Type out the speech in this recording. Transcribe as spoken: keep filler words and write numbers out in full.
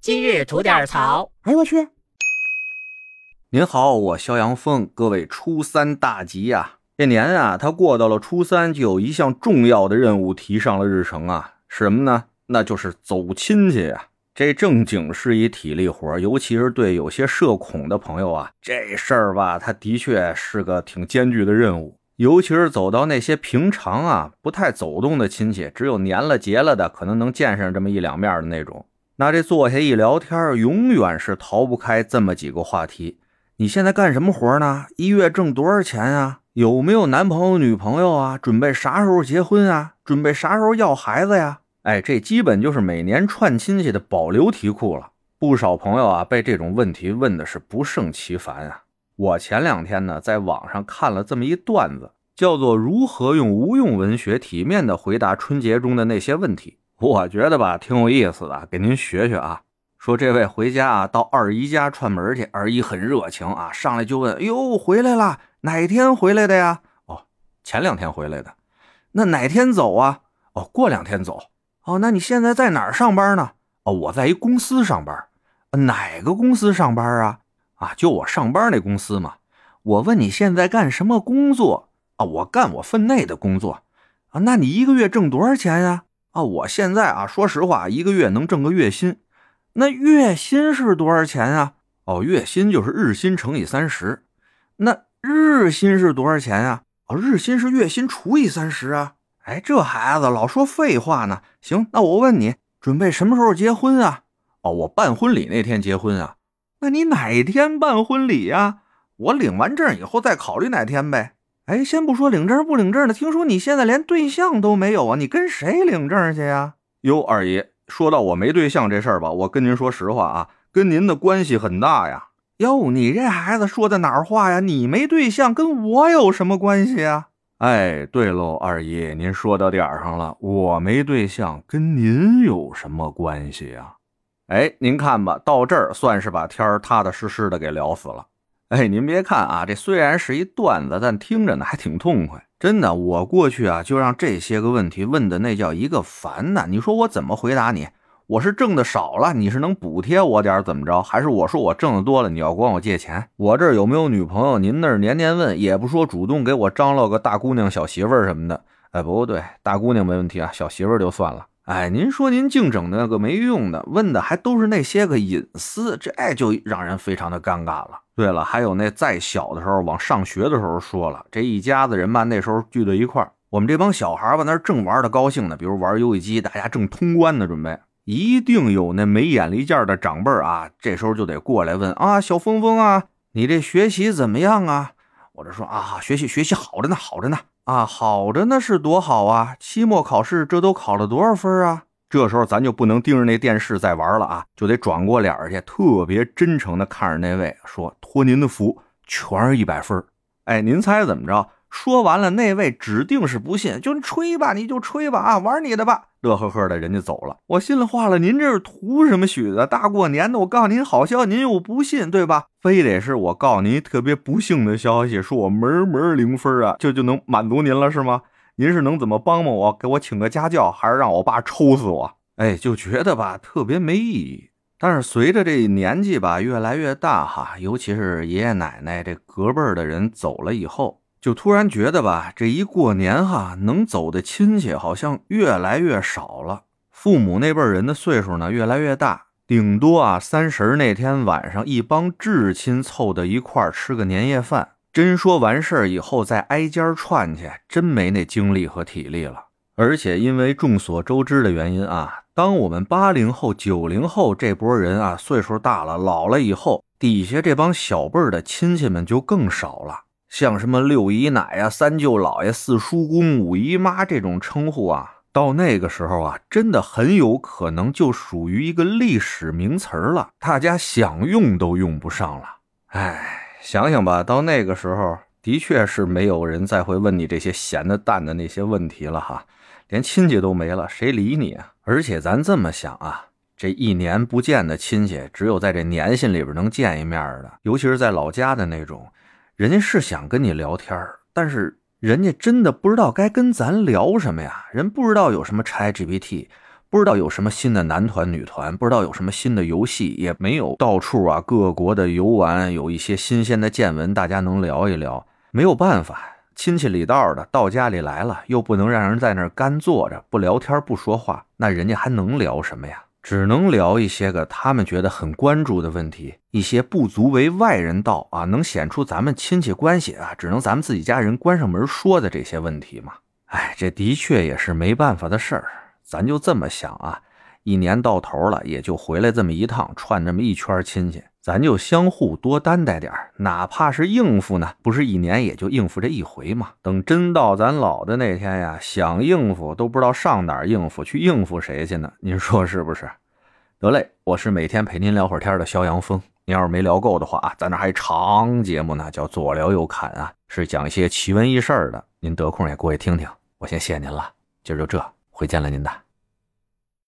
今日吐点槽。 哎我去！ 您好，我肖阳峰，各位初三大吉呀！这年啊，他过到了初三，就有一项重要的任务提上了日程啊，是什么呢？那就是走亲戚啊。这正经是一体力活，尤其是对有些社恐的朋友啊，这事儿吧，他的确是个挺艰巨的任务。尤其是走到那些平常啊不太走动的亲戚，只有年了节了的可能能见上这么一两面的那种，那这坐下一聊天，永远是逃不开这么几个话题。你现在干什么活呢？一月挣多少钱啊？有没有男朋友女朋友啊？准备啥时候结婚啊？准备啥时候要孩子呀？哎，这基本就是每年串亲戚的保留题库了。不少朋友啊被这种问题问的是不胜其烦啊。我前两天呢在网上看了这么一段子，叫做如何用无用文学体面的回答春节中的那些问题。我觉得吧挺有意思的，给您学学啊。说这位回家啊到二姨家串门去，二姨很热情啊，上来就问：哎呦，回来了，哪天回来的呀？哦，前两天回来的。那哪天走啊？哦，过两天走。哦，那你现在在哪儿上班呢？哦，我在一公司上班。哪个公司上班啊？啊，就我上班那公司嘛。我问你现在干什么工作？啊，我干我分内的工作。啊，那你一个月挣多少钱呀？啊，我现在啊，说实话，一个月能挣个月薪。那月薪是多少钱啊？哦，月薪就是日薪乘以三十。那日薪是多少钱啊？哦，日薪是月薪除以三十啊。哎，这孩子老说废话呢。行，那我问你，准备什么时候结婚啊？哦，我办婚礼那天结婚啊。那你哪天办婚礼啊？我领完证以后再考虑哪天呗。哎，先不说领证不领证的，听说你现在连对象都没有啊？你跟谁领证去呀？哟，二爷，说到我没对象这事儿吧，我跟您说实话啊，跟您的关系很大呀。哟，你这孩子说的哪儿话呀？你没对象跟我有什么关系啊？哎，对喽，二姨，您说到点儿上了，我没对象跟您有什么关系啊？哎，您看吧，到这儿算是把天儿踏踏实实的给聊死了。哎，您别看啊，这虽然是一段子，但听着呢还挺痛快。真的，我过去啊就让这些个问题问的那叫一个烦呐。你说我怎么回答你？我是挣的少了，你是能补贴我点怎么着？还是我说我挣的多了，你要管我借钱？我这儿有没有女朋友？您那儿年年问，也不说主动给我张罗个大姑娘、小媳妇儿什么的。哎，不对，大姑娘没问题啊，小媳妇儿就算了。哎，您说您净整那个没用的，问的还都是那些个隐私，这就让人非常的尴尬了。对了，还有那再小的时候往上学的时候说了，这一家子人吧那时候聚在一块儿，我们这帮小孩吧那正玩的高兴呢，比如玩游戏机，大家正通关呢准备，一定有那没眼力见的长辈啊，这时候就得过来问啊，小峰峰啊，你这学习怎么样啊？我这说啊，学习学习好着呢，好着呢。啊，好着呢是多好啊！期末考试这都考了多少分啊？这时候咱就不能盯着那电视再玩了啊，就得转过脸去，特别真诚的看着那位说：“托您的福，全是一百分。”哎，您猜怎么着？说完了，那位指定是不信，就吹吧，你就吹吧啊，玩你的吧，乐呵呵的人家走了。我心里话了，您这是图什么许的？大过年的，我告诉您好消息，您又不信，对吧？非得是我告诉您特别不幸的消息，说我门门零分啊，这就能满足您了是吗？您是能怎么帮帮我？给我请个家教，还是让我爸抽死我？哎，就觉得吧特别没意义。但是随着这年纪吧越来越大哈，尤其是爷爷奶奶这隔辈的人走了以后，就突然觉得吧，这一过年哈，能走的亲戚好像越来越少了。父母那辈人的岁数呢越来越大，顶多啊三十那天晚上一帮至亲凑到一块儿吃个年夜饭，真说完事儿以后再挨家串去，真没那精力和体力了。而且因为众所周知的原因啊，当我们八零后九零后这波人啊岁数大了老了以后，底下这帮小辈的亲戚们就更少了。像什么六姨奶呀、三舅姥爷、四叔公、五姨妈这种称呼啊，到那个时候啊，真的很有可能就属于一个历史名词了，大家想用都用不上了。唉，想想吧，到那个时候的确是没有人再会问你这些闲的淡的那些问题了哈，连亲戚都没了，谁理你啊？而且咱这么想啊，这一年不见的亲戚，只有在这年信里边能见一面的，尤其是在老家的那种，人家是想跟你聊天，但是人家真的不知道该跟咱聊什么呀，人不知道有什么 ChatGPT， 不知道有什么新的男团女团，不知道有什么新的游戏，也没有到处啊各国的游玩有一些新鲜的见闻大家能聊一聊。没有办法，亲戚里道的到家里来了，又不能让人在那儿干坐着不聊天不说话，那人家还能聊什么呀？只能聊一些个他们觉得很关注的问题，一些不足为外人道啊，能显出咱们亲戚关系啊，只能咱们自己家人关上门说的这些问题嘛。哎，这的确也是没办法的事儿。咱就这么想啊，一年到头了也就回来这么一趟，串这么一圈亲戚，咱就相互多担待点，哪怕是应付呢，不是一年也就应付这一回嘛。等真到咱老的那天呀，想应付都不知道上哪儿应付，去应付谁去呢？您说是不是？得嘞，我是每天陪您聊会儿天的肖阳峰。您要是没聊够的话啊，咱这还长节目呢，叫左聊右侃啊，是讲一些奇闻异事的，您得空也过去听听。我先谢您了，今儿就这，回见了您的。